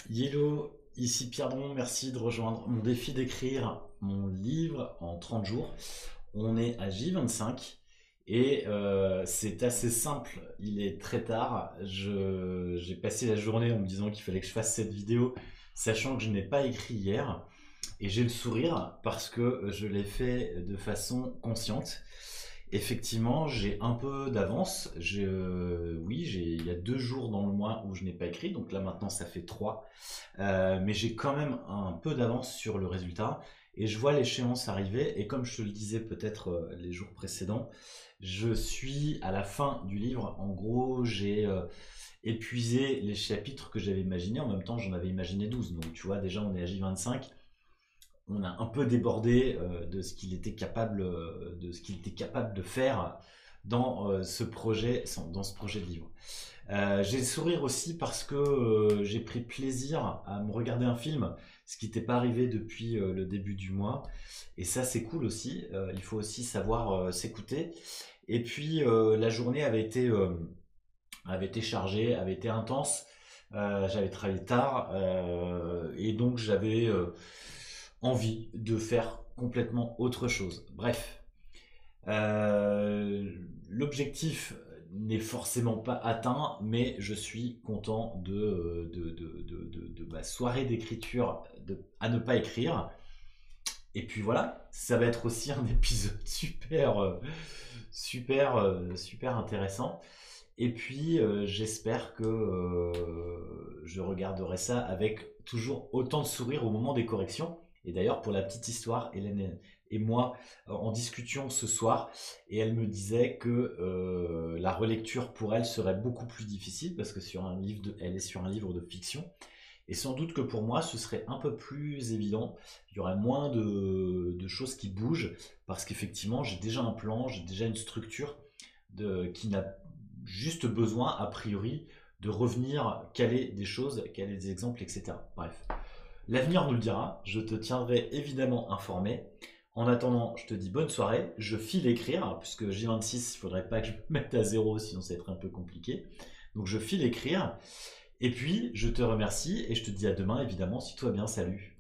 Yellow, ici Pierre Dron, merci de rejoindre mon défi d'écrire mon livre en 30 jours. On est à J25 et c'est assez simple, il est très tard. J'ai passé la journée en me disant qu'il fallait que je fasse cette vidéo, sachant que je n'ai pas écrit hier. Et j'ai le sourire parce que je l'ai fait de façon consciente. Effectivement, j'ai un peu d'avance. Oui, il y a 2 jours dans le mois où je n'ai pas écrit, donc là maintenant ça fait 3. Mais j'ai quand même un peu d'avance sur le résultat et je vois l'échéance arriver. Et comme je te le disais peut-être les jours précédents, je suis à la fin du livre. En gros, j'ai épuisé les chapitres que j'avais imaginés. En même temps, j'en avais imaginé 12. Donc tu vois, déjà on est à J25, on a un peu débordé de ce qu'il était capable de faire dans ce projet de livre. J'ai le sourire aussi parce que j'ai pris plaisir à me regarder un film, ce qui n'était pas arrivé depuis le début du mois. Et ça, c'est cool aussi. Il faut aussi savoir s'écouter. Et puis, la journée avait été chargée, avait été intense. J'avais travaillé tard et donc j'avais envie de faire complètement autre chose. Bref, l'objectif n'est forcément pas atteint, mais je suis content de ma soirée d'écriture à ne pas écrire. Et puis voilà, ça va être aussi un épisode super intéressant. Et puis j'espère que je regarderai ça avec toujours autant de sourire au moment des corrections. Et d'ailleurs, pour la petite histoire, Hélène et moi en discutions ce soir, et elle me disait que la relecture pour elle serait beaucoup plus difficile parce que elle est sur un livre de fiction. Et sans doute que pour moi, ce serait un peu plus évident. Il y aurait moins de choses qui bougent parce qu'effectivement, j'ai déjà un plan, j'ai déjà une structure qui n'a juste besoin, a priori, de revenir caler des choses, caler des exemples, etc. Bref, l'avenir nous le dira. Je te tiendrai évidemment informé. En attendant, je te dis bonne soirée. Je file écrire, puisque J26, il faudrait pas que je me mette à zéro, sinon ça va être un peu compliqué. Donc je file écrire. Et puis, je te remercie et je te dis à demain, évidemment, si tout va bien. Salut.